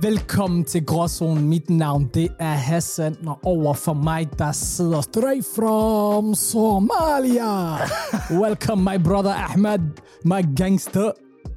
Velkommen til Gråzonen. Mit navn, det er Hassan, og over for mig, der sidder straight from Somalia. Welcome, my brother Ahmed, my gangster.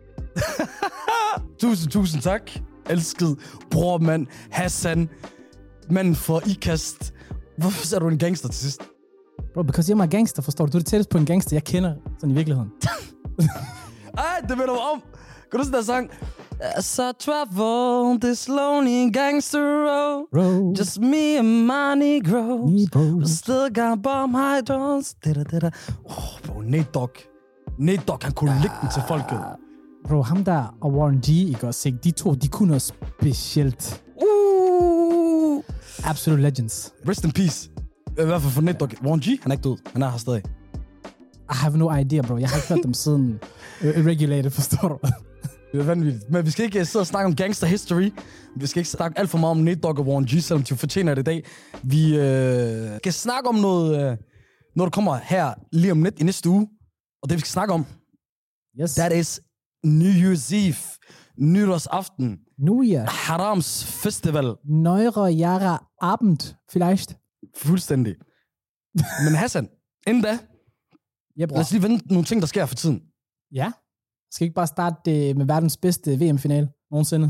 Tusind tak. Elsket bror, mand. Hassan, mand for ikast. Hvorfor ser du en gangster til sidst? Bro, because you're my gangster, forstår du? Du er det tættest på en gangster, jeg kender sådan i virkeligheden. Ej, det vender mig om. Kan du sådan der sang? As I travel this lonely gangster road, just me and my Negroes, still got bomb hydrants. Bro, Nate Dogg, han kunne lægge den til folket. Bro, ham der og Warren G, ikke også? De to, de kunne noget specielt. Absolute legends. Rest in peace. I hvert fald for Nate Dogg. Warren G, han er ikke død. Han er her stadig. I have no idea, bro. Jeg har ikke hørt dem siden Irregulated, forstår du? Det er vanvittigt. Men vi skal ikke sidde og snakke om gangster history. Vi skal ikke snakke alt for meget om Nate Dogg og Warren G, selvom de fortjener det i dag. Vi skal snakke om noget, når der kommer her lige om lidt i næste uge. Og det vi skal snakke om, Yes. that is New Year's Eve. Nytårsaften. New Year. Harams Festival. Neure Jahre Abend, vielleicht. Fuldstændig. Men Hassan, inden da, Ja, bror. lad os lige vente nogle ting, der sker for tiden. Ja. Skal ikke bare starte med verdens bedste VM-finale nogensinde?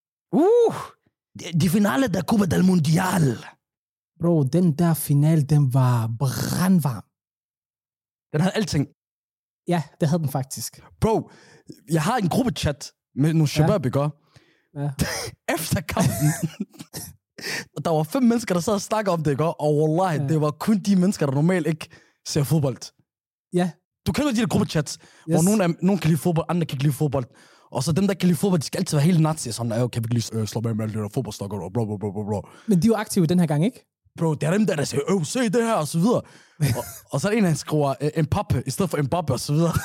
De finale der Copa del Mundial. Bro, den der finale, den var brandvarm. Den havde alting. Ja, det havde den faktisk. Bro, jeg har en gruppechat med nogle shabab, ikke? Ja. Efter kampen. Der var 5 mennesker, der sad og snakkede om det, ikke? Og wallahi, det var kun de mennesker, der normalt ikke ser fodbold. Ja. Du kender de der gruppechats, hvor nogen kan lide fodbold, andre kan ikke lide fodbold. Og så dem, der kan lide fodbold, de skal altid være helt nazi. Sådan, okay, vi kan lige slå med alle de der fodboldstokker, og bla bla bla bla. Men de var aktive den her gang, ikke? Bro, det er dem der siger, se det her, og så videre. og så er der en, han skriver Mbappe, i stedet for Mbappe, og så videre.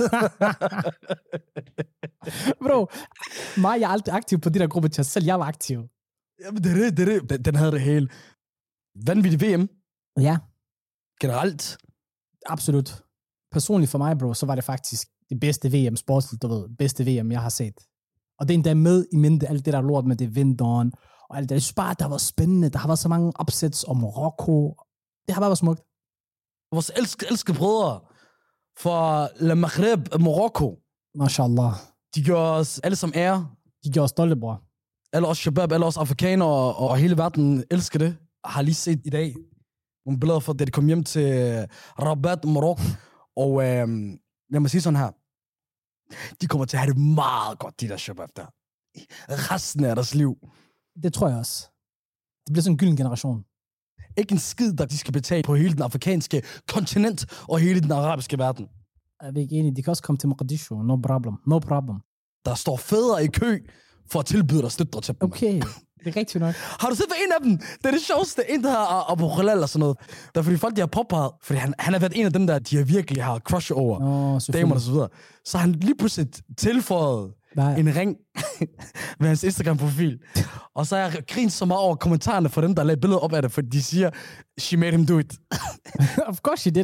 Bro, jeg er aldrig aktiv på de der gruppechats, selv jeg var aktiv. Jamen, det er det. Den havde det hele. Vanvittig VM. Ja. Generelt. Absolut. Personligt for mig, bro, så var det faktisk det bedste VM, sportsligt, du ved, bedste VM, jeg har set. Og det er endda med i mente, alt det der lort med det vinteren, og alt det. Jeg synes bare, der var spændende. Der har været så mange upsets om Marokko. Det har bare været smukt. Vores elskede brødre fra Le Maghreb, Marokko. Mashallah. De gør os alle som ære. De gjorde os stolte, bror. Alle os shabab, alle os afrikanere og hele verden elsker det. Jeg har lige set i dag nogle billeder fra, da de kom hjem til Rabat, Marokko. Og lad mig sige sådan her. De kommer til at have det meget godt, de der shabab der. Resten af deres liv. Det tror jeg også. Det bliver sådan en gylden generation. Ikke en skid, der de skal betale på hele den afrikanske kontinent og hele den arabiske verden. Jeg er ikke enig. De kan også komme til Mogadishu. No problem. No problem. Der står fædre i kø for at tilbyde dig støtter til dem. Okay. Det er rigtigt nok. Har du set for en af dem? Det er det sjoveste. En, der har Abu Khalal eller sådan noget. Der er fordi folk, de har påpeget, fordi han har været en af dem, der de har virkelig har crush over damer og så videre. Så han lige pludselig tilføjet en ring med hans Instagram-profil. Og så har jeg grint så meget over kommentarerne fra dem, der lagde billeder op af det, for de siger, she made him do it. Of course she did.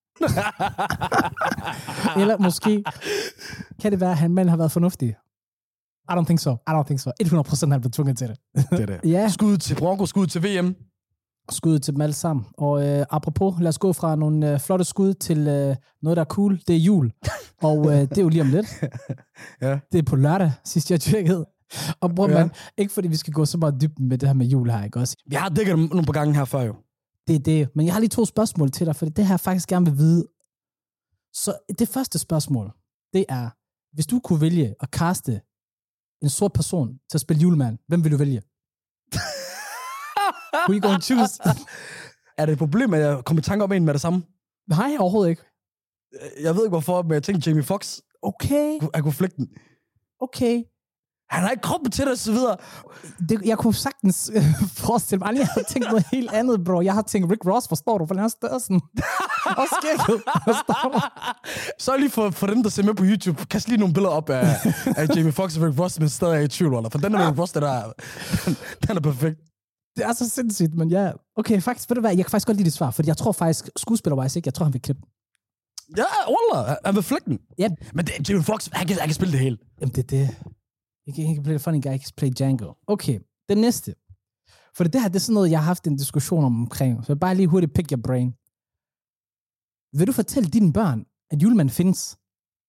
Eller måske kan det være, at han mand har været fornuftig. I don't think so. 100% han blev tvunget til det. Det er det. Ja. Skud til Marokko, skud til VM. Skud til dem alle sammen. Og apropos, lad os gå fra nogle flotte skud til noget, der er cool. Det er jul. Og det er jo lige om lidt. Ja. Det er på lørdag, sidst jeg tjekkede. Og bror, man, ikke fordi vi skal gå så meget dybden med det her med jul her, ikke også? Vi har dækket nogle på gangen her før jo. Det er det. Men jeg har lige 2 spørgsmål til dig, for det her jeg faktisk gerne vil vide. Så det første spørgsmål, det er, hvis du kunne vælge at kaste en sort person til at spille julemand, hvem vil du vælge? Who you gonna choose? Er det et problem, at jeg kommer i tanke om en med det samme? Nej, overhovedet ikke. Jeg ved ikke hvorfor, men jeg tænkte Jamie Foxx. Okay. Jeg kunne flække den. Okay. Han har ikke kroppen til det, og så videre. Jeg kunne sagtens forestille mig, jeg havde tænkt noget helt andet, bro. Jeg har tænkt Rick Ross, forstår du? For han har størrelsen. Og skægget, forstår du? Så lige for dem, der ser med på YouTube, kast lige nogle billeder op af Jamie Foxx og Rick Ross, men stadig er i tvivl, for den der Rick Ross, den er perfekt. Det er så sindssygt, men ja. Okay, faktisk, ved du hvad, jeg kan faktisk godt lide dit svar, for jeg tror faktisk, skuespiller-wise ikke, jeg tror, han vil klippe. Ja, wallah, han vil flække den. Ja. Men Jamie Foxx, han kan spille det hele. Jamen, det er det. He can play the funny guy, he can play Django. Okay, den næste. For det her, det er sådan noget, jeg har haft en diskussion omkring. Så bare lige hurtigt pick your brain. Vil du fortælle dine børn, at julemanden findes?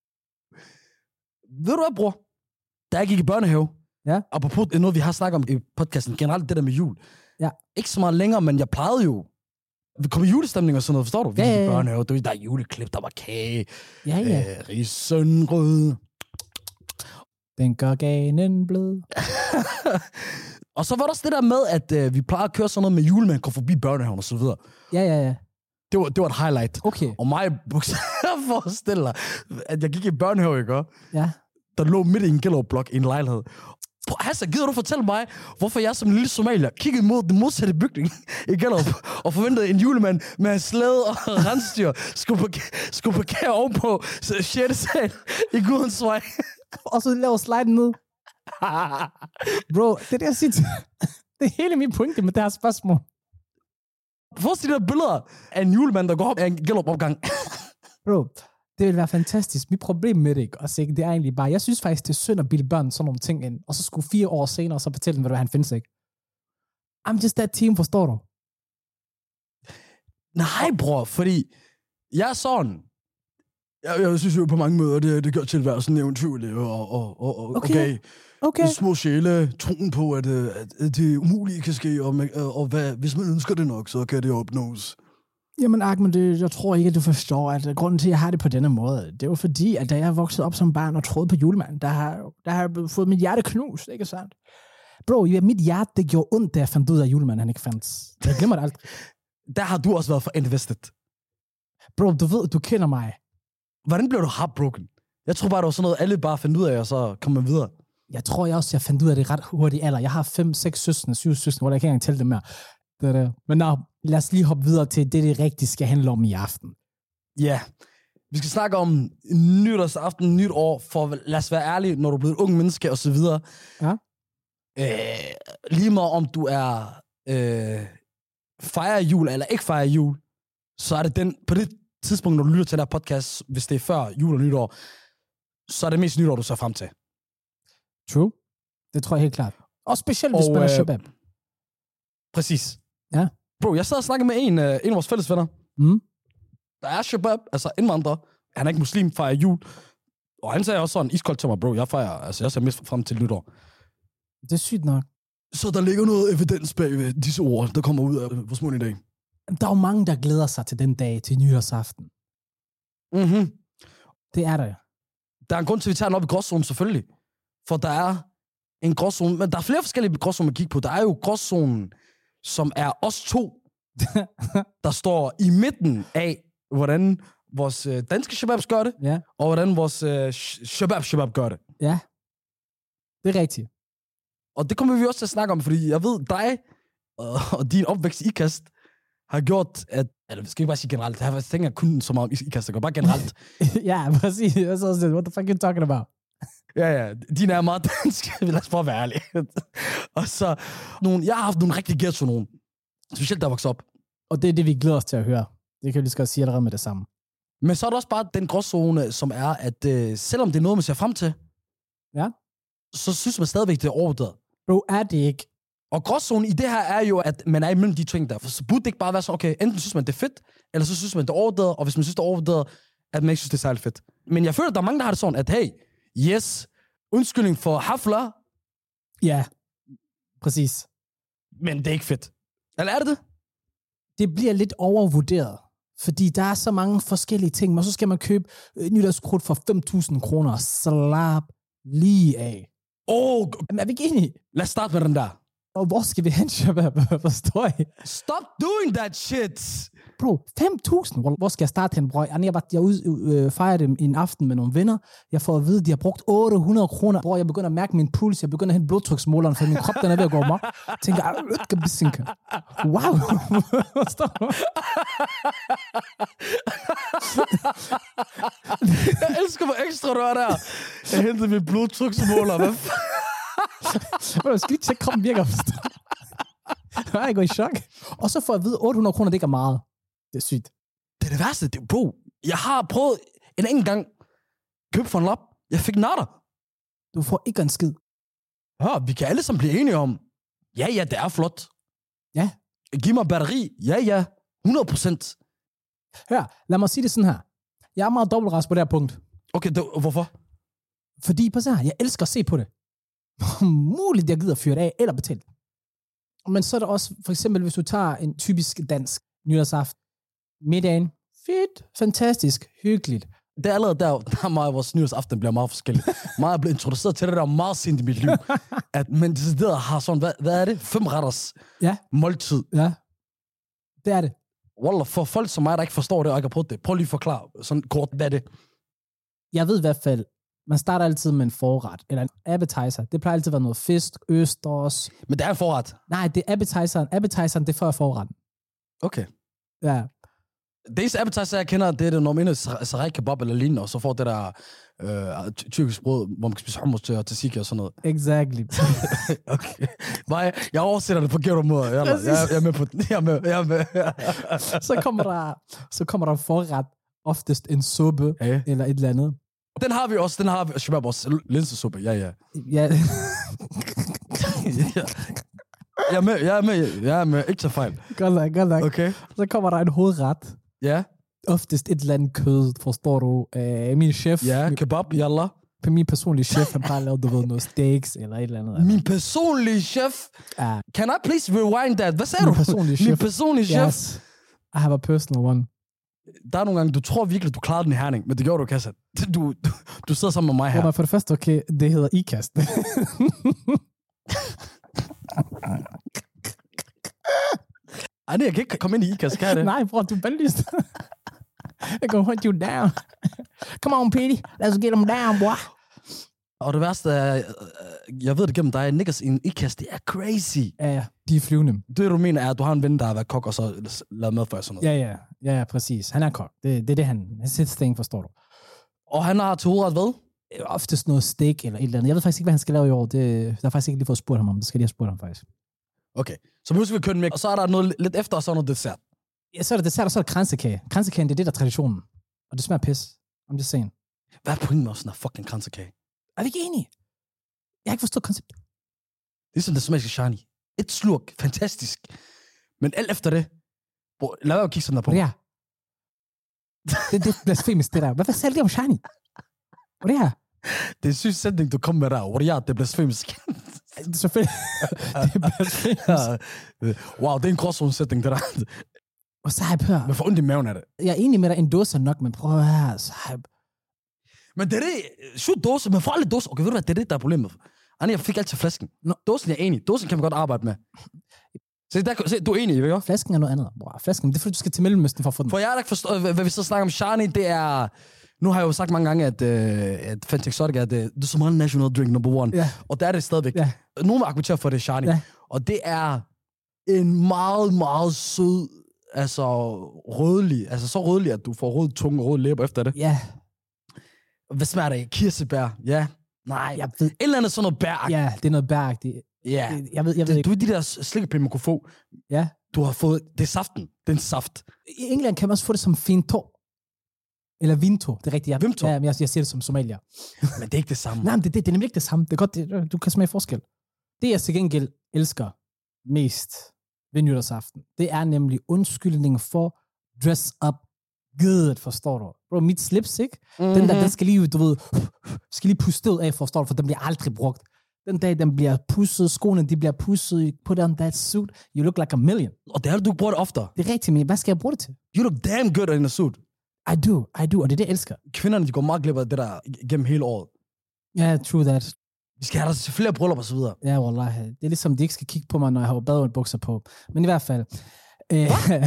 Ved du hvad, bror? Da jeg gik i børnehave, apropos noget, vi har snakket om i podcasten, generelt det der med jul. Ja. Ikke så meget længere, men jeg plejede jo. Vi kom i julestemning og sådan noget, forstår du? Vi gik i børnehave, der er juleklip, der var kage. Ja. Risengrød. Den gør ganen blød. Og så var der også det der med, at vi plejede at køre sådan noget med julemanden, går forbi børnehaven og så videre. Ja. Det var et highlight. Okay. Og mig forestiller dig, at jeg gik i børnehave, ikke? Ja. Der lå midt i en Gellerup-blok i en lejlighed. Hassan, gider du fortælle mig, hvorfor jeg som en lille somalier kiggede mod den modsatte bygning i Gellerup og forventede en julemand med en slæde og rensdyr skulle parkere ovenpå 6. sal i Gudensvej. Og så laver sliden ned. Bro, det er det, jeg siger til. Det er hele min pointe med det her spørgsmål. Forestil dig billeder af en julemand, der går op ad en Gellerup-opgang. Bro, det ville være fantastisk. Mit problem med det, ikke? Og det er egentlig bare, jeg synes faktisk, det er synd at bilde børn sådan nogle ting ind, og så skulle 4 år senere, så fortælle dem, hvad han findes, ikke? I'm just that team, forstår du? Nej, bror, fordi jeg er sådan. Jeg synes jo på mange måder, det gør til at være sådan eventyrligt, og okay. Det små sjæle, troen på, at det umulige kan ske, og hvis man ønsker det nok, så kan det opnås. Jamen, Ahmed, jeg tror ikke, at du forstår, at grunden til, at jeg har det på denne måde, det er jo fordi, at da jeg voksede op som barn og troede på julemanden, der har jeg fået mit hjerte knust, ikke sandt? Bro, mit hjerte, det gjorde ondt, da jeg fandt ud af, at julemanden han ikke fandt. Jeg glemmer det aldrig. Der har du også været for invested. Bro, du ved, du kender mig. Hvordan blev du heartbroken? Jeg tror bare, det var sådan noget, alle bare fandt ud af, og så kom man videre. Jeg tror jeg fandt ud af det ret hurtigt alder. Jeg har 5, 6 søskende, 7 søskende, hvor jeg ikke engang tælle dem mere. Men lad os lige hoppe videre til det rigtigt skal handle om i aften. Ja, vi skal snakke om nytårsaften, nyt år, for lad os være ærlige, når du er blevet et ung menneske og så videre. Ja. Lige meget om du er fejrer jul eller ikke fejrer jul, så er det på det tidspunkt, når du lytter til den her podcast, hvis det er før jul og nytår, så er det mest nytår, du ser frem til. True. Det tror jeg helt klart. Og specielt, hvis man er shabab. Præcis. Ja. Bro, jeg sad og snakkede med en af vores fælles venner. Der er shabab, altså indvandrer. Han er ikke muslim, fejrer jul. Og han sagde også sådan iskoldt til mig, bro, jeg ser mest frem til nytår. Det er sygt nok. Så der ligger noget evidens bag ved disse ord, der kommer ud af vores mund i dag. Der er jo mange, der glæder sig til den dag, til nytårsaften. Det er der. Der er en grund til, at vi tager den op i gråzonen, selvfølgelig. For der er en gråzone, men der er flere forskellige gråzoner, man kigger på. Der er jo gråzonen, som er os to, der står i midten af, hvordan vores danske shababs gør det, og hvordan vores shabab gør det. Ja, det er rigtigt. Og det kommer vi også til at snakke om, fordi jeg ved, dig og din opvækst i IKAST har gjort, at... Eller skal ikke bare sige generelt, jeg tænker kun så meget om IKAST, det går bare generelt. Ja, præcis. What the fuck are you talking about? Ja, din er meget dansk, lad os bare være ærlige. Og så, jeg har haft nogle rigtig ghetto nogen, specielt der vokset op. Og det er det, vi glæder os til at høre. Det kan vi lige skal sige allerede med det samme. Men så er der også bare den gråzone, som er, at selvom det er noget, man ser frem til, så synes man stadigvæk, det er overvurderet. Bro, er det ikke? Og gråzonen i det her er jo, at man er imellem de ting der. For så burde det ikke bare være sådan, okay, enten synes man, det er fedt, eller så synes man, det er overvurderet, og hvis man synes, det er overvurderet, at man ikke synes, det er særlig fedt. Men jeg føler, at der er mange, der har det sådan, at hey, yes, undskyldning for hafler. Ja, præcis. Men det er ikke fedt. Eller er det det? Det bliver lidt overvurderet. Fordi der er så mange forskellige ting, og så skal man købe nytårskrudt for 5.000 kroner. Slap lige af. Men er vi ikke enige? Lad os starte med den der. Og hvor skal vi hen, shabab? Forstår I? Stop doing that shit! Bro, 5.000? Hvor skal jeg starte hen, bro? Jeg var ude fejre dem en aften med nogle venner. Jeg får at vide, at de har brugt 800 kroner. Bro, jeg begynder at mærke min puls. Jeg begynder at hente blodtryksmåleren, for min krop den er ved at gå amok. Jeg tænker, wow. Forstår du? Jeg elsker, hvor ekstra du er der. Jeg hentede min blodtryksmåler. Hvad jeg skal lige tjekke, kroppen virker. Jeg går i chok. Og så får jeg at vide, at 800 kroner, det ikke er meget. Det er sygt. Det er det værste. Bro, jeg har prøvet en enkelt gang købe for en lap. Jeg fik natter. Du får ikke en skid. Hør, vi kan alle sammen blive enige om, ja, det er flot. Ja. Giv mig batteri. Ja, 100%. Hør, lad mig sige det sådan her. Jeg er meget dobbeltræs på det her punkt. Okay, hvorfor? Fordi på så her, jeg elsker at se på det. Muligt, jeg gider fyre det af, eller betale. Men så er der også, for eksempel, hvis du tager en typisk dansk nytårsaften, middagen, fedt, fantastisk, hyggeligt. Det er allerede der meget, vores nytårsaften bliver meget forskellig. Meget er blevet introduceret til det der meget sent i mit liv. At man decideret har sådan, hvad er det? 5 retters måltid. Ja, det er det. Wallah, for folk som mig, der ikke forstår det, og ikke har prøvet det, prøv lige at forklare sådan kort, hvad er det? Jeg ved i hvert fald, man starter altid med en forret, eller en appetizer. Det plejer altid at være noget fisk, østers. Men det er en forret? Nej, det er appetizeren. Appetizeren, det er før forretten. Okay. Ja. Det eneste appetizer, jeg kender, det er det, når man ender sarai kebab eller lignende, og så får det der tyrkisk brød, hvor man kan spise hummus til tzatziki og sådan noget. Exactly. Okay. Jeg oversætter det på forkert måde. Jeg er med på den. Jeg er med. så kommer der forret, oftest en suppe, eller et eller andet. Den har vi også. Shabab også. Linsesuppe. Ja. Ja. Jeg er med. Ikke så fejl. Godt nok. Okay. Så kommer der en hovedret. Ja. Oftest et eller andet kød, forstår du. Min chef. Ja, kebab, yalla. Min personlige chef, han bare lavet, noget steaks eller et eller andet. Min personlige chef? Can I please rewind that? Hvad sagde du? Min personlige chef? Yes. I have a personal one. Der er nogle gange, du tror virkelig, du klarede den i Herning, men det gjorde du, Kassan. Du sidder sammen med mig her. For det første, okay, det hedder IKAST. Ej, jeg kan ikke komme ind i IKAST, kan jeg det? Nej, bror, du er bandlyst. Jeg kan hunt you down. Come on, Petey. Let's get them down, boy. Og det værste er, jeg ved det gennem dig, niggas i en IKAST, det er crazy. Ja, de er flyvende. Det, du mener, er, at du har en ven, der har været kok, og så lavet mad for sådan noget. Ja, præcis. Han er kok. Det er det, han sit thing, forstår du. Og han har til hovedret hvad? Oftest noget steak eller et eller andet. Jeg ved faktisk ikke, hvad han skal lave i år. Der har faktisk ikke lige fået spurgt ham om. Det skal jeg lige have spurgt ham, faktisk. Okay. Så nu skal vi købe med, og så er der noget lidt efter, og så er noget dessert. Ja, så er der dessert, og så er der kransekage. Kransekagen, det er det, der er traditionen. Og det smager pis. Om det er sen. Hvad er pointen med sådan en fucking kransekage? Er vi ikke enige? Jeg har ikke forstået konceptet. Det er som det smager shani. Et slurk. Fantastisk. Men alt efter det, lad være at kigge sådan der på. Ja. Det er blasfemisk, det der. Hvad sagde det om shani? Hvad er det her? Det er en syg sætning, du kom med der. Det er blasfemisk. Selvfølgelig. Det er blasfemisk. Wow, det er en gråzone-sætning, det der. Og Sahib, hør. Men for ondt i maven af det. Jeg er enig med dig, en dåse nok, men prøv her, Sahib. Men det er det. Shoot dåse, men for alle dåser. Okay, ved du hvad, det er det, der er problemet. Anna, jeg fik altid flasken. Dåsen er enig. Dåsen kan man godt arbejde med. Se, du er enig, ikke? Flasken er noget andet. Wow, flasken, det er fordi, du skal til Mellemøsten for at få den. For jeg har ikke forstået, hvad vi så snakker om shani, det er... Nu har jeg jo sagt mange gange, at Fanta Exotic er det Somali national drink number 1. Ja. Og der er det stadigvæk. Ja. Nogen vil argumentere for, det er shani. Ja. Og det er en meget, meget sød, altså rødlig. Altså så rødlig, at du får rød tunge og rød læber efter det. Ja. Hvad smager det? Kirsebær? Ja. Nej. Jeg ved... Et eller andet sådan noget bæragtigt. Ja, det er noget bæragtigt. Ja. Jeg ved ikke. Du er de der slikkepinde, man kunne få. Ja. Du har fået... Det er saften. Det er en saft. I England kan man også få det som finto. Eller vinto. Det er rigtigt. Vimto? Ja, jeg siger det som somalier. Men det er ikke det samme. Nej, men det er nemlig ikke det samme. Det er godt, du kan smage forskel. Det, jeg til gengæld elsker mest ved nytårsaften, det er nemlig undskyldning for dress up good, forstår du? Bro, mit slips, ikke? Mm-hmm. Den skal lige, du ved, skal lige puste ud af, forstår du? For den bliver aldrig brugt. Den dag, den bliver pusset, skoene, de bliver pusset, put on that suit, you look like a million. Og det er du bruger det oftere. Det er rigtigt, men hvad skal jeg bruge det til? You look damn good in a suit. I do, og det er det, jeg elsker. Kvinderne, de går meget glip af det der gennem hele året. Ja, yeah, true that. Vi skal have der til flere bryllup og så videre. Ja, wallahi. Det er ligesom, de ikke skal kigge på mig, når jeg har badebukser på. Men i hvert fald... Hvad? Hvad?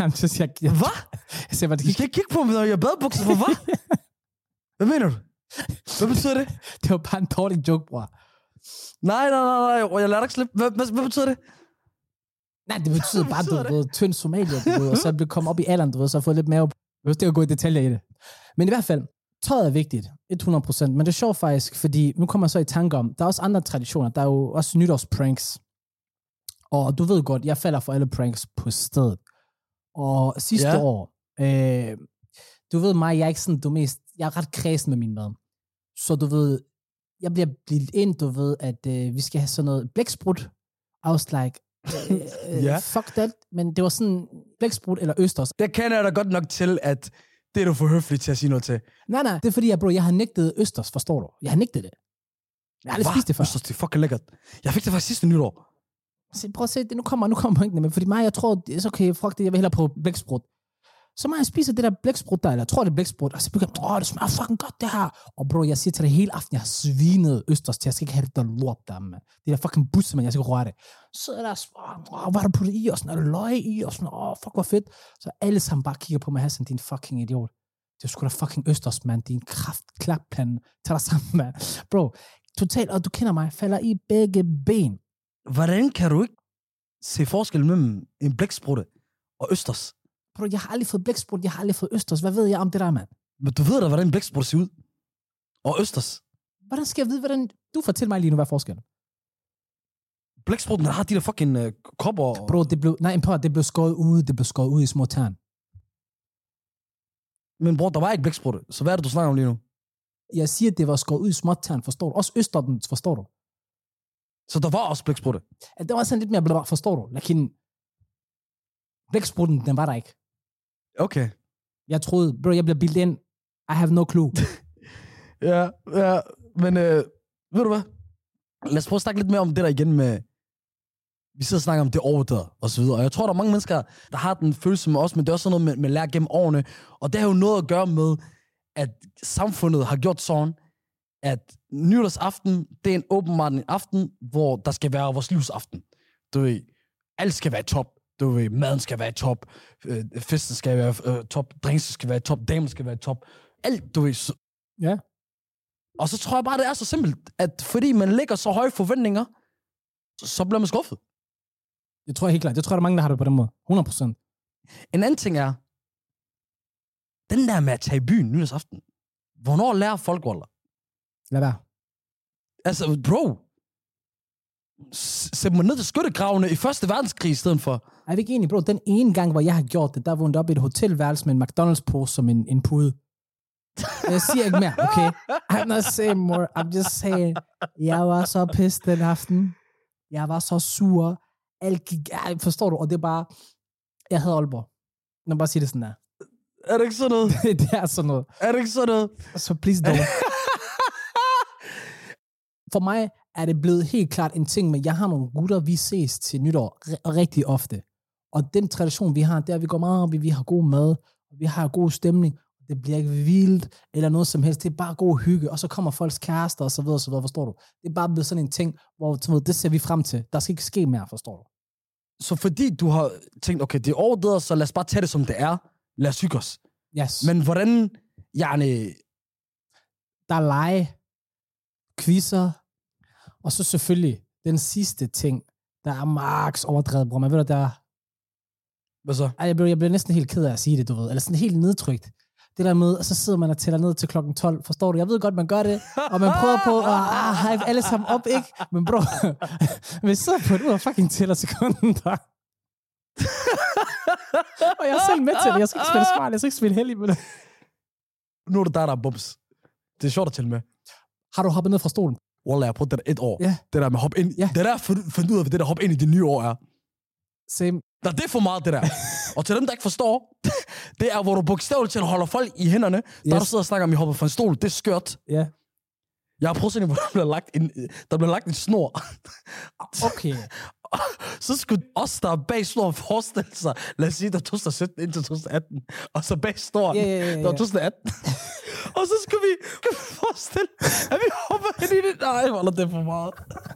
De skal ikke kigge på mig, når jeg har badebukser på, hvad? Hvad mener du? Hvad betyder det? Det var bare en dårlig joke, bror. Nej. Jeg lader dig ikke slippe. Hvad betyder det? Nej, det betyder bare, du ved, tynd somalier, du ved, og så er det kommet op i alderen, du ved, så har fået lidt mere... Det er jo gå i detaljer i det. Men i hvert fald, tøjet er vigtigt, 100%, men det er sjovt faktisk, fordi nu kommer jeg så i tanke om, der er også andre traditioner, der er jo også nytårspranks, og du ved godt, jeg falder for alle pranks på stedet. Og sidste år, du ved mig, jeg er ikke sådan, jeg er ret kredsen med min mad. Så du ved, jeg bliver bildt ind, du ved, at vi skal have sådan noget blæksprut. I was like, fuck that. Men det var sådan blæksprut eller østers. Det kender jeg da godt nok til, at det er du for høflig til at sige noget til. Nej, det er fordi, jeg har nægtet østers, forstår du? Jeg har nægtet det. Jeg har aldrig spist det før. Østers, det er fucking lækkert. Jeg fik det faktisk sidste nytår. Prøv at se, nu kommer pointen. Men fordi mig, jeg tror, det er så okay, fuck det, jeg vil hellere prøve blæksprut. Så må jeg spise det der blæksprut der, eller jeg tror, det er blæksprut, og så begynder jeg, det smager fucking godt, det her. Og bro, jeg siger til dig hele aften, jeg har svinet østers til, jeg skal ikke have det der lort der, man. Det der fucking busse, man, jeg skal ikke røre det. Så er der, hvad er der puttet i, og sådan, er der løg i, og sådan, fuck, hvor fedt. Så alle sammen bare kigger på mig her, sådan, din fucking idiot. Det er sgu da fucking østers, man, din kraftklapplande. Tag dig sammen, man. Bro, totalt, og du kender mig, falder i begge ben. Hvordan kan du ikke se forskel mellem en blæksprutte og østers? Bro, jeg har aldrig fået blæksprut, jeg har aldrig fået østers. Hvad ved jeg om det der, mand? Men du ved da, hvordan en blæksprut ser ud. Og østers. Hvordan skal jeg vide, hvordan... Du fortæller mig lige nu, hvad er forskellen? Blæksprutten har de der fucking kopper. Bro, det blev skåret ud. Det blev skåret ud i små tern. Men bror, der var ikke blæksprutte. Så hvad er det, du snakker om lige nu? Jeg siger, at det var skåret ud i små tern, forstår du? Også østerden, forstår du? Så der var også blæksprutte? Det var sådan lidt mere blå, forstår du? Lakin blæksprutten, den var der ikke. Okay. Jeg troede, bro, jeg bliver bildet ind. I have no clue. ja, men ved du hvad? Lad os prøve at snakke lidt mere om det der igen med... Vi sidder og snakker om det år der, og så videre. Og jeg tror, der er mange mennesker, der har den følelse med os, men det er også sådan noget med lære gennem årene. Og det har jo noget at gøre med, at samfundet har gjort sådan, at nytårsaften, det er en åbenbart en aften, hvor der skal være vores livsaften. Du ved, alt skal være top. Du ved, maden skal være top, festen skal være top, drinks skal være top, damer skal være top. Alt, du ved. Ja. Og så tror jeg bare, det er så simpelt, at fordi man lægger så høje forventninger, så bliver man skuffet. Det tror jeg helt klart. Jeg tror, der er mange, der har det på den måde. 100%. En anden ting er, den der med at tage i byen nytårsaften. Hvornår lærer folk, Wallah? Lad være. Altså, bro. Sæt mig ned til skyttegravene i 1. verdenskrig i stedet for. Jeg er ikke enig, bro. Den ene gang, hvor jeg har gjort det, der vågnede op i et hotelværelse med en McDonald's-pose som en pude. Jeg siger ikke mere, okay? I'm not saying more. I'm just saying, jeg var så pissed den aften. Jeg var så sur. Alt gik... Forstår du? Og det er bare... Jeg havde Aalborg. Lad mig bare sige det sådan der. Er det ikke sådan noget? Det er sådan noget. Er det ikke sådan noget? Så please don't. For mig er det blevet helt klart en ting med, jeg har nogle gutter, vi ses til nytår rigtig ofte. Og den tradition, vi har, det er, at vi går meget op i, vi har god mad, og vi har god stemning. Det bliver ikke vildt, eller noget som helst. Det er bare god hygge, og så kommer folks kærester, og så videre, forstår du? Det er bare blevet sådan en ting, hvor det ser vi frem til. Der skal ikke ske mere, forstår du? Så fordi du har tænkt, okay, det er overdrevet, så lad os bare tage det, som det er. Lad os hygge os. Yes. Men hvordan, Janne... Der er lege, quizzer, og så selvfølgelig den sidste ting, der er max overdrevet, bror. Man ved, der... Hvad så? Jeg blev næsten helt ked af at sige det, du ved. Eller sådan helt nedtrykt. Det der med, og så sidder man og tæller ned til klokken 12. Forstår du? Jeg ved godt, man gør det, og man prøver på at hype alle sammen op, ikke? Men bro, vi sidder på et ud og fucking tæller sekunden der. Og jeg er selv med til det. Jeg skal ikke spille smart, jeg skal ikke spille heldig med det. Nu er det der er bums. Det er sjovt at tælle med. Har du hoppet ned fra stolen? Wallah, jeg har prøvet det der 1 år. Ja. Det der med at hoppe ind. Ja. Det der fundet ud af, det der hoppe ind i det nye år er. Same. Der er det for meget, det der. Og til dem, der ikke forstår, det er, hvor du bogstaveligt til holder folk i hænderne. Yes. Der du sidder og snakker om, I hopper fra en stol. Det er skørt. Ja. Yeah. Jeg har prøvet sådan, hvor der bliver lagt en snor. Okay. Så skulle os, der er bag snoren, forestille sig, lad os sige, der 2017 indtil 2018, og så bag snoren, der var 2018. Og så skulle vi forestille, at vi hopper ind i det. Nej, hvor er det for meget.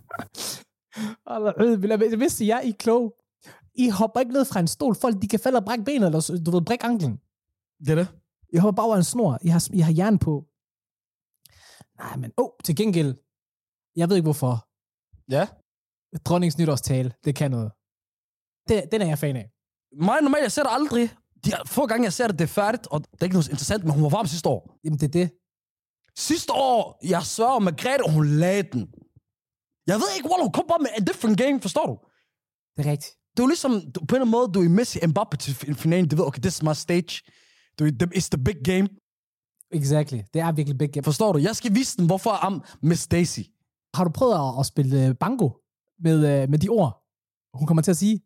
Det vidste jeg, I er klog. I hopper ikke ned fra en stol. Folk, de kan falde og brække benet, eller du ved, brække anklen. Det er det. I hopper bare over en snor. I har jern på. Nej, men til gengæld. Jeg ved ikke hvorfor. Ja. Dronningens nytårstale, det kan noget. Den er jeg fan af. Mig normalt, jeg ser det aldrig. De få gange, jeg ser det, det er færdigt, og det er ikke noget interessant, men hun var varm sidste år. Jamen, det er det. Sidste år, jeg sværger med Grete, hun lagde den. Jeg ved ikke, hvor hun kom bare med a different game, forstår du? Det er rigtigt. Det er jo ligesom, på en måde, du er Messi Mbappé til finalen, du ved, okay, this is my stage. It's the big game. Exactly. Det er virkelig big game. Forstår du? Jeg skal vise den, hvorfor I'm Miss Daisy. Har du prøvet at spille bango med de ord, hun kommer til at sige?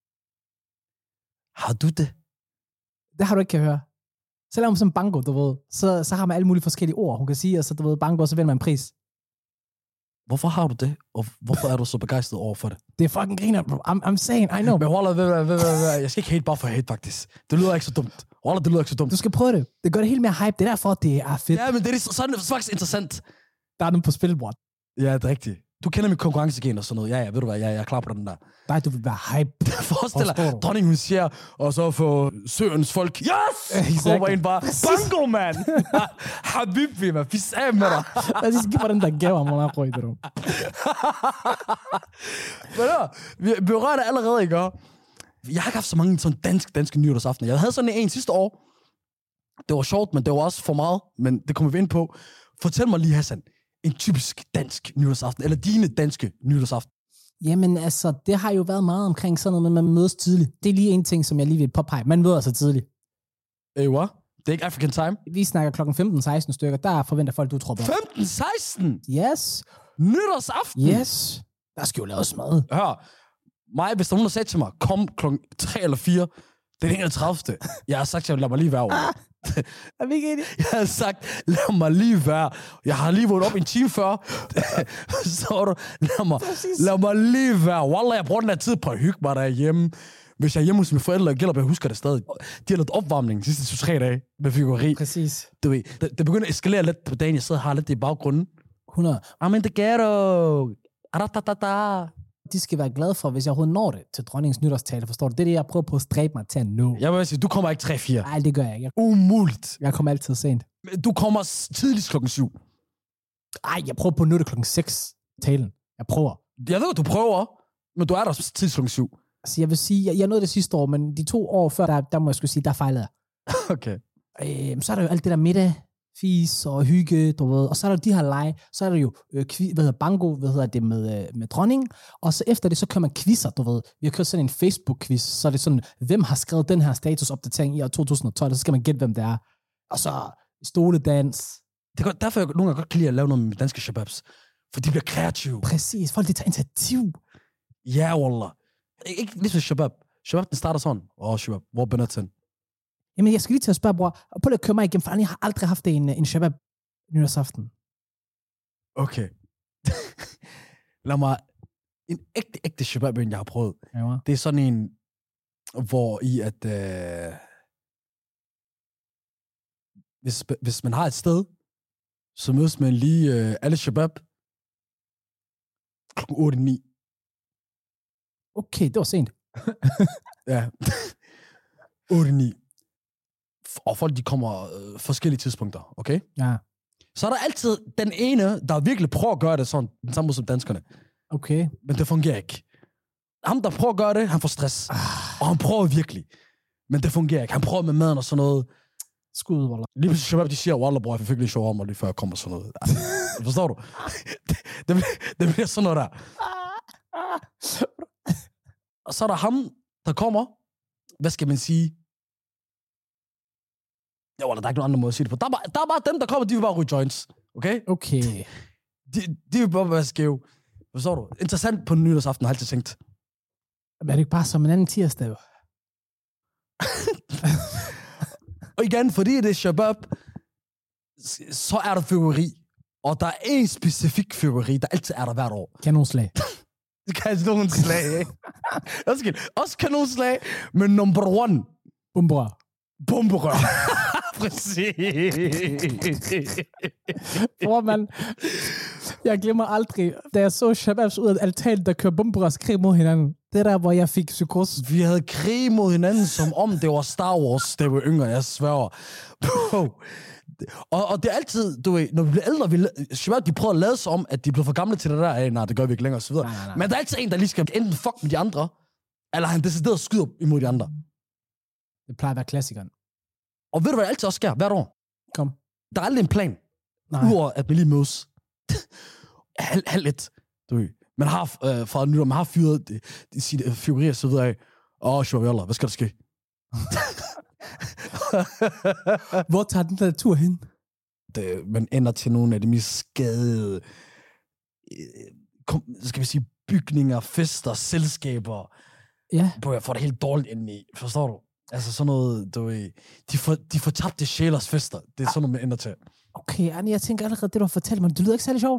Har du det? Det har du ikke, kan høre. Så laver man sådan bango, du ved. Så har man alle mulige forskellige ord, hun kan sige, og så, du ved, bango, og så vinder man en pris. Hvorfor har du det? Og hvorfor er du så begejstret over for det? Det er fucking griner, bro. I'm saying, I know. Men Wallah, jeg skal ikke hate bare for hate, faktisk. Det lyder ikke så dumt. Wallah, det lyder ikke så dumt. Du skal prøve det. Det gør det helt mere hype. Det er derfor, det er fedt. Ja, men det er sådan faktisk interessant. Der er nogen på spilbord. Ja, det er rigtigt. Du kender mit konkurrencegen og sådan noget. Ja, ved du hvad, jeg er klar på den der. Nej, du vil være hype. Forestil dig, dronningen hun siger, og så få søens folk. Yes! Exactly. Råber en bare, bango, man! Habibi, man. Fis af med dig. Lad os give mig den der gave, man har prøvet det. Men da, vi berørte allerede, ikke? Jeg har ikke haft så mange sådan danske nytårsaftener. Jeg havde sådan en sidste år. Det var sjovt, men det var også for meget. Men det kommer vi ind på. Fortæl mig lige, Hassan, en typisk dansk nytårsaften, eller dine danske nytårsaften. Jamen altså, det har jo været meget omkring sådan noget, men man mødes tidligt. Det er lige en ting, som jeg lige vil påpege. Man møder sig tidligt. Hvad? Det er ikke African time? Vi snakker klokken 15-16 stykker. Der forventer folk, du tror på. 15-16? Yes. Nytårsaften? Yes. Der skal jo laves mad. Hør, mig, hvis der nogen har sagt til mig, kom klokken 3 eller 4, den 31. Jeg har sagt, lad mig lige være over. Er vi ikke enige? Jeg har sagt, lad mig lige være. Jeg har lige vågnet op en time før. Så du, lad mig lige være. Wallah, jeg bruger den her tid på at hygge mig derhjemme. Hvis jeg er hjemme hos mine forældre og Gellerup, jeg husker det stadig. De har lavet opvarmning de sidste 2-3 dage med fyrværkeri. Præcis. Du ved, det begynder at eskalere lidt på dagen. Jeg sidder og har lidt det i baggrunden. 100. I'm in the ghetto. Aratatata. De skal være glade for, hvis jeg overhovedet når det til dronningens nytårstale, forstår du? Det er det, jeg prøver på at stræbe mig til at nå. Jeg vil sige, du kommer ikke 3-4. Nej, det gør jeg ikke. Umuligt. Jeg kommer altid sent. Du kommer tidligst klokken 7. Ej, jeg prøver på at nå det klokken 6. Talen. Jeg prøver. Jeg ved, du prøver, men du er der tidligst klokken 7. Altså, jeg vil sige, jeg nåede det sidste år, men de 2 år før, der må jeg skulle sige, der fejlede jeg. Okay. Så er der jo alt det der middag, fis og hygge, du ved. Og så er der jo de her lege. Så er der jo bango, med dronningen. Og så efter det, så kører man quizzer, du ved. Vi har kørt sådan en Facebook-quiz. Så er det sådan, hvem har skrevet den her statusopdatering i år 2012, og så skal man gætte, hvem det er. Og så stoledans. Det er godt, derfor jeg nogle gange godt kan lide at lave noget med danske shababs. For de bliver kreative. Præcis. Folk, de tager initiativ. Ja, wallah. Ikke ligesom shabab. Shabab, den starter sådan. Shabab, hvor bender den? Jamen, jeg skal lige til at spørge, bror. Prøv lige at køre mig igennem, for jeg har aldrig haft en shabab nytårsaften. Okay. Lad mig... En ægte shabab, jeg har prøvet. Ja. Det er sådan en, hvor i at... Hvis man har et sted, så mødes man lige alle shabab kl. 8-9. Okay, det var sent. Ja. 8-9. Og folk, de kommer forskellige tidspunkter, okay? Ja. Så er der altid den ene, der virkelig prøver at gøre det sådan, den samme måde som danskerne. Okay. Men det fungerer ikke. Ham, der prøver at gøre det, han får stress. Og han prøver virkelig. Men det fungerer ikke. Han prøver med maden og sådan noget. Skud, wallah. Lige pludselig shabab, de siger, wallah, bror, jeg fik lige sjov om mig lige før jeg kommer sådan noget. Forstår du? Det bliver sådan noget der. Og så er der ham, der kommer. Hvad skal man sige? Ja, wallah, der er ikke nogen andre måde at sige det på. Der er bare dem, der kommer, de vil bare ryge joints. Okay? Okay. De vil bare være skæve. Forstår du? Interessant på nytårsaften, har jeg altid tænkt. Men er det ikke bare som en anden tirsdag, jo? Og igen, fordi det er shabab, så er der fyrværkeri. Og der er en specifik fyrværkeri, der altid er der hvert år. Kanonslag. Kanonslag, ikke? Også kanonslag, men number 1. Bomberør. Bomberør. Præcis. Bror, man. Jeg glemmer aldrig, da jeg så shababs ud af altanen, der kører bomberørskrig mod hinanden. Det der, hvor jeg fik psykose. Vi havde krig mod hinanden, som om det var Star Wars, det var yngre, jeg sværger. Og det er altid, du ved, når vi bliver ældre, shabab, de prøver at lade sig om, at de bliver for gamle til det der. Nej, det gør vi ikke længere, og så videre. Nej. Men der er altid en, der lige skal enten fuck med de andre, eller han decideret skyder imod de andre. Det plejer at være klassikeren. Og ved du, hvad der altid også sker hvert år? Kom. Der er aldrig en plan. Udover at vi lige mødes. halv et. Du ved. Man har fra nytår, man har fyret sine fyrværkerier så videre af. Shabab, hvad skal der ske? Hvor tager den der tur hen? man ender til nogle af de mest skadede, skal vi sige, bygninger, fester, selskaber. Ja. Jeg får det helt dårligt indeni. Forstår du? Altså sådan noget, de fortabte sjælers fester. Det er sådan noget, man ender til. Okay, Arne, jeg tænker allerede, det du har fortalt mig, det lyder ikke særlig sjovt.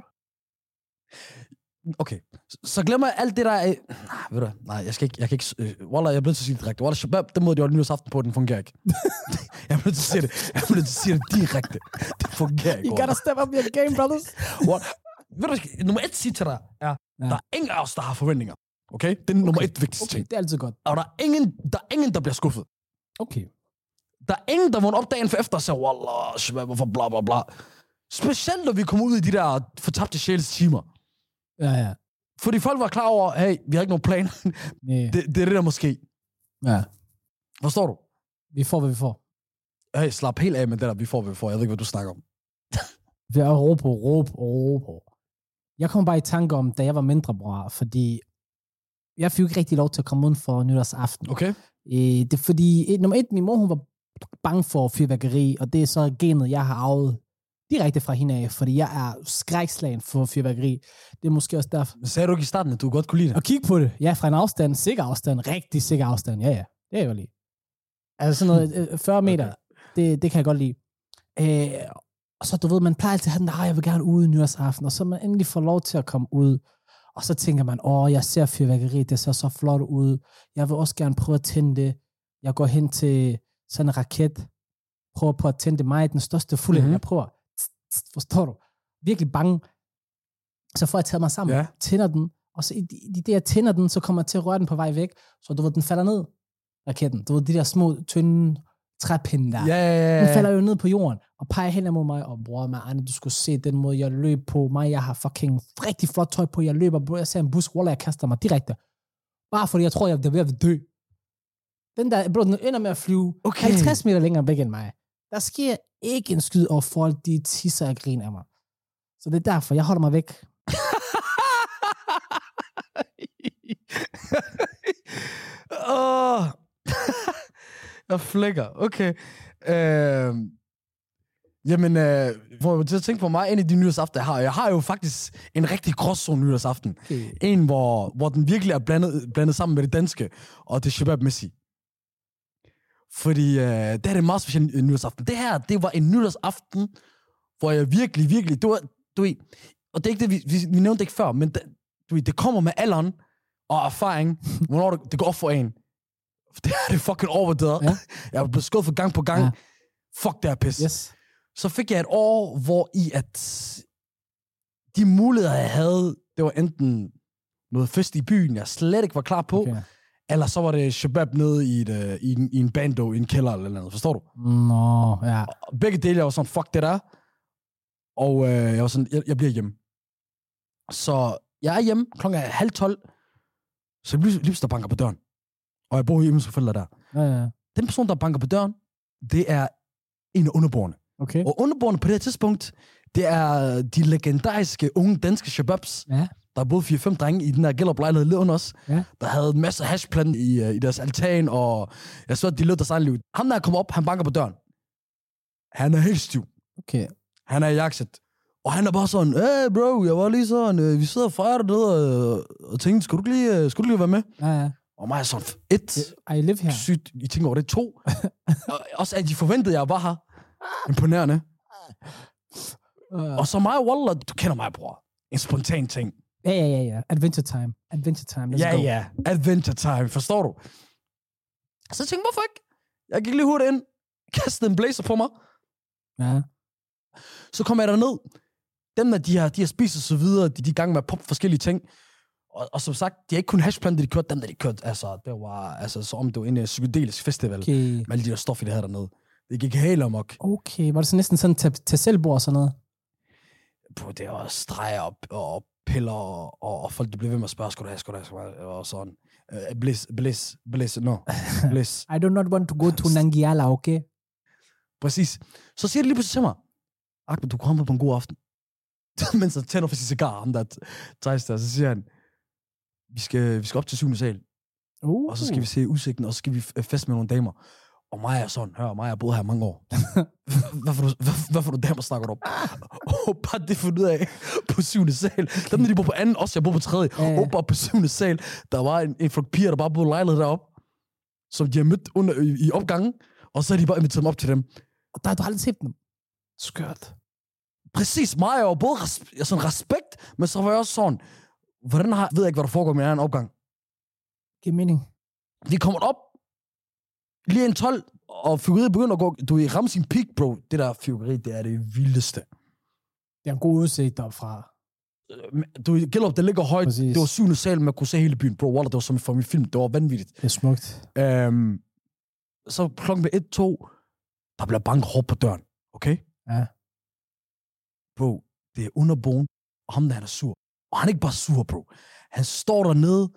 Okay, så glemmer jeg alt det der af... Ved du nej, jeg kan ikke... Wallah, jeg er nødt til at sige det direkte. Wallah, shabab, den måde, de holder nyhedsaften på, den fungerer ikke. Jeg er nødt til at sige det. direkte. Det fungerer ikke. You gotta step up your game, brothers. Ved du, nummer 1 siger til dig, der er ingen af os, der har forventninger. Okay? Det er nummer 1 vigtigste ting. Det er altid godt. Og der er ingen, der bliver skuffet. Okay. Der er ingen, der vågner op dagen for efter og siger, wallah, shabab, hvorfor bla bla bla. Specielt, når vi kommer ud i de der fortabte sjæles timer. Ja. Fordi folk var klar over, hey, vi har ikke nogen plan. det er det, der måske. Ja. Forstår du? Vi får, hvad vi får. Hey, slap helt af med det der, vi får, hvad vi får. Jeg ved ikke, hvad du snakker om. Vi er råbe. Jeg kom bare i tanke om, da jeg var mindre, bror, fordi jeg fik ikke rigtig lov til at komme uden for nytårsaften. Okay. Det er fordi, nummer 1, min mor, hun var bange for fyrværkeri, og det er så genet, jeg har arvet direkte fra hende af, fordi jeg er skrækslagen for fyrværkeri. Det er måske også derfor. Men sagde du ikke i starten, at du godt kunne lide det? Og kig på det. Ja, fra en afstand, sikker afstand, rigtig sikker afstand. Ja, det er jeg jo lige. Altså sådan noget 40 meter, okay. det kan jeg godt lide. Og så du ved, man plejer altid at have den, jeg vil gerne ud i nytårsaften, og så man endelig får lov til at komme ud. Og så tænker man, jeg ser fyrværkeri, det ser så flot ud. Jeg vil også gerne prøve at tænde det. Jeg går hen til sådan en raket, prøver på at tænde det mig, den største fulde, jeg prøver. Forstår du? Virkelig bange. Så får jeg taget mig sammen, tænder den, og så i det, jeg tænder den, så kommer jeg til at røre den på vej væk, så du ved, den falder ned, raketten. Du ved, de der små, tynde træpinde der. Den falder jo ned på jorden, og peger hen mod mig, og bror mig, Arne, du skulle se den måde, jeg løb på mig. Jeg har fucking rigtig flot tøj på, jeg løber, bro, jeg ser en bus, wallah, jeg kaster mig direkte. Bare fordi jeg tror, jeg er ved at dø. Den der, bro, den ender med at flyve 50 meter længere væk end mig. Der sker ikke en skyd, og folk, de tisser og griner af mig. Så det er derfor, jeg holder mig væk. Jeg flækker. Okay. For at tænke på mig, en af de nytårsaften, jeg har jo faktisk en rigtig gråzone nytårsaften. Okay. En, hvor den virkelig er blandet sammen med det danske, og det shabab-mæssige. Fordi det er det meget specielt nytårsaften. Det her, det var en nytårsaften, hvor jeg virkelig, du ved, og det er ikke det, vi nævnte det ikke før, men det kommer med alderen og erfaring, hvornår det går op for en. Det er det fucking overvurderet. Ja. Jeg er blevet skuffet gang på gang. Ja. Fuck, det er pis. Yes. Så fik jeg et år, hvor i at de muligheder, jeg havde, det var enten noget fest i byen, jeg slet ikke var klar på, eller så var det shabab nede i en bando, i en kælder eller noget. Forstår du? Ja. Og begge dele, jeg var sådan, fuck det der. Og jeg var sådan, jeg bliver hjemme. Så jeg er hjemme, 11:30, så lige der banker på døren. Og jeg bor hjemme hos forældre der. Ja. Den person, der banker på døren, det er en af underboerne. Okay. Og underboerne på det her tidspunkt, det er de legendariske unge danske shababs, der boede 4-5 drenge i den der Gellerup-lejlighed lidt under os, der havde en masse hashplan i deres altan, og jeg så, at de levede deres egen liv. Ham der kommer op, han banker på døren. Han er helt stiv. Okay. Han er i jakkesæt. Og han er bare sådan, hey bro, jeg var lige sådan, vi sidder og fejrer dernede, og tænkte, skulle du lige være med? Ja. Og mig er sådan, I live her. Sygt, I tænker over det, 2. Også at de forventede, jeg var her. Imponerende. Og så mig, wallah, du kender mig, bror. En spontan ting. Ja. Adventure time. Let's go. Ja. Adventure time, forstår du? Så jeg tænkte, hvorfor ikke? Jeg gik lige hurtigt ind, kastede en blazer på mig. Ja. Så kom jeg derned. Dem, der de har spist og så videre, de er i gang med at poppe forskellige ting. Og som sagt, de har ikke kun hashplanter, de kørte dem, der de kørte. Altså, det var så om det var en psykedelisk festival. Okay. Med alle de der stof i det her dernede. Det gik helt amok. Okay, var det så næsten sådan til selvbord og sådan noget? På det var streger og piller, og folk, der blev ved med at spørge, skal du have, og sådan. Bliss, no. Bliss. I do not want to go to Nangiala, okay? Præcis. Så siger det lige pludselig til mig, Ahmed, du kommer på en god aften. Mens han tænder for sin cigar, ham der Thijs der, så siger han, vi skal op til 7. sal. Og så skal vi se udsigten, og så skal vi feste med nogle damer. Og mig er sådan, hør, mig har boet her mange år. Hvad får du damer snakker om? Bare det fundet ud af på 7. sal. Dem, de bor på anden, også jeg bor på 3. Bare på 7. sal, der var en flok piger, der bare boede lejlighed deroppe, som de har mødt i opgangen, og så har de bare inviteret dem op til dem. Og der har du aldrig set dem. Skørt. Præcis, mig er jo både sådan respekt, men så var jeg også sådan, ved jeg ikke, hvad der foregår med en anden opgang. Giver mening. De kommer op, lige en 12, og fyrkeriet begynder at gå, du ramme sin peak, bro. Det der fyrkeri, det er det vildeste. Det er en god udsigt derfra. Gellerup, det ligger højt. Præcis. Det var 7. sal, man kunne se hele byen, bro. Wallah, det var som for min film. Det var vanvittigt. Det er smukt. Så klokken 1-2, der bliver banket hårdt på døren. Okay? Ja. Bro, det er underboen, og ham der, han er sur. Og han er ikke bare sur, bro. Han står dernede.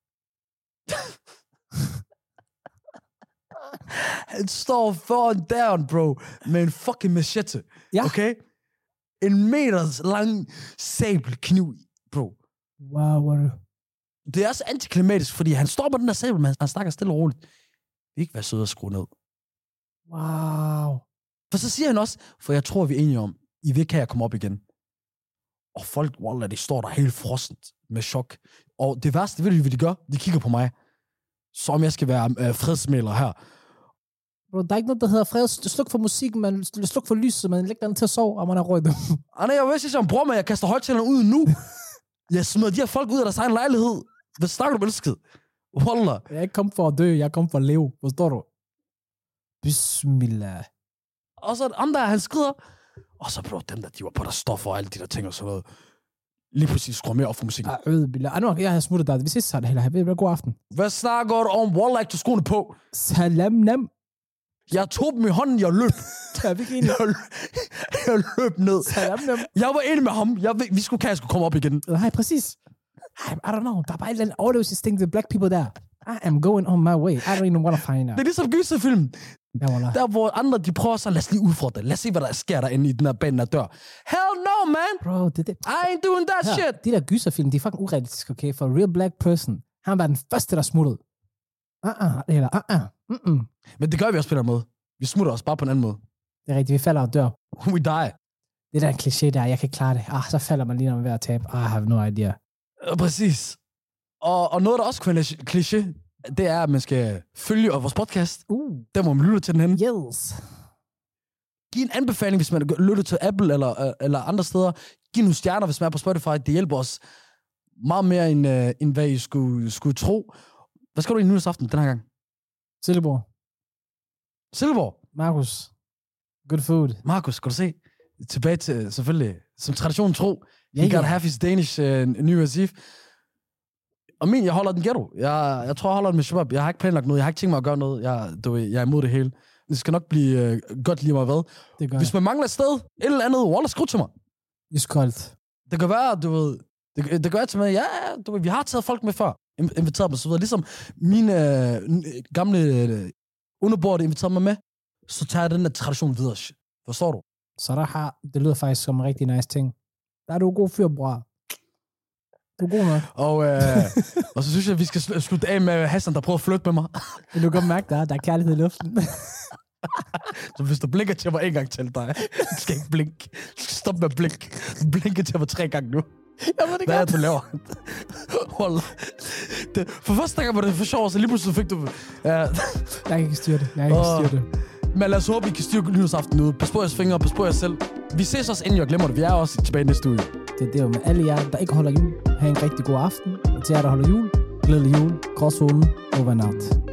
Han står foran døren, bro, med en fucking machete. Ja. Okay? En meters lang sabelkniv, bro. Wow, what a... Det er også antiklimatisk, fordi han står på den der sabel, men han snakker stille og roligt. Det er ikke være sød at skrue ned. Wow. For så siger han også, for jeg tror, vi er enige om, I vil kan jeg komme op igen. Og folk, wallah, de står der helt frostent med chok. Og det værste, ved du, hvad de gør? De kigger på mig, som jeg skal være fredsmæler her. Bro, der er ikke noget, der hedder fred. Sluk for musikken, man sluk for lyset, man lægger den til at sove, og man er rødt. Anna, jeg vil sige som bror, men jeg kaster højtalerne ud nu. Jeg smider de her folk ud af deres egen lejlighed. Hvad snakker du om, elsket? Wallah. Jeg er ikke kommet for at dø, jeg er kommet for at leve. Forstår du? Bismillah. Og så andre, han skrider. Og så, bro, dem der, de var på der stoffer og alle de der ting og sådan noget. Lige præcis skruer mere op for musikken. Jeg har smuttet dig. Vi ses sådan heller. God aften. Hvad snakker du om? Wallah, ikke til skoene på. Salam nem. Jeg tog dem i hånden, jeg løb. Jeg løb ned. Salam nem. Jeg var enig med ham. Vi skulle komme op igen. Nej, præcis. I don't know. Der er bare et eller andet overlevelsesinstinkt ved black people der. I am going on my way. I don't even want to find out. Det er ligesom gyserfilm. Ja, der hvor andre, de prøver sådan, lad os lige udfordre. Lad os se, hvad der sker derinde i den her bane, der dør. Hell no, man! Bro, det. I ain't doing that shit! De der gyserfilm, de er fucking urealistiske, okay? For a real black person, han var den første, der smuttede. Men det gør vi også på den måde. Vi smutter os bare på en anden måde. Det er rigtigt, vi falder og dør. We die. Det der en kliché der, jeg kan ikke klare det. Så falder man lige, når man er ved at tabe. I have no idea. Præcis. Og noget, der også kunne være kliché, det er, at man skal følge vores podcast. Der må man lytte til den henne. Yes. Giv en anbefaling, hvis man lytter til Apple eller andre steder. Giv nogle stjerner, hvis man er på Spotify. Det hjælper os meget mere, end hvad I skulle tro. Hvad skal du i nyhedsaften den her gang? Silkeborg? Markus. Good food. Markus, skal du se? Tilbage til, selvfølgelig, som traditionen tro. He got half his Danish New Year's Eve. Og jeg holder den ghetto. Jeg tror, jeg holder den med shabab. Jeg har ikke planlagt noget. Jeg har ikke tænkt mig at gøre noget. Jeg er imod det hele. Det skal nok blive godt lige meget hvad. Hvis man mangler et sted, et eller andet, wallah, skriv til mig. Iskoldt. Det kan være, du ved... Det kan være til mig, du ved, vi har taget folk med før. Inviteret dem og så videre. Ligesom mine gamle underbord inviterede mig med, så tager jeg den der tradition videre. Forstår du? Så det lyder faktisk som en rigtig nice ting. Der er du god fyr, bror. Du er god nok. Og så synes jeg, at vi skal slutte af med Hassan, der prøver at flytte med mig. Vil du godt mærke, der er kærlighed i luften? Så hvis du blinker til mig en gang til dig, du skal ikke blinke. Du skal stoppe med at blinke. Du blinker til mig 3 gange nu. Hvad er det, du laver? For første gang var det for sjov, så lige pludselig fik du... Jeg kan ikke styre det. Men lad os håbe, I kan styre nyhedsaften ud. Pas på jeres fingre, pas på jer selv. Vi ses også, inden jeg glemmer det. Vi er også tilbage næste uge. Det er jo med alle jer, der ikke holder jul. Ha' en rigtig god aften. Og til jer, der holder jul, glædelig jul, gråzonen, over and out.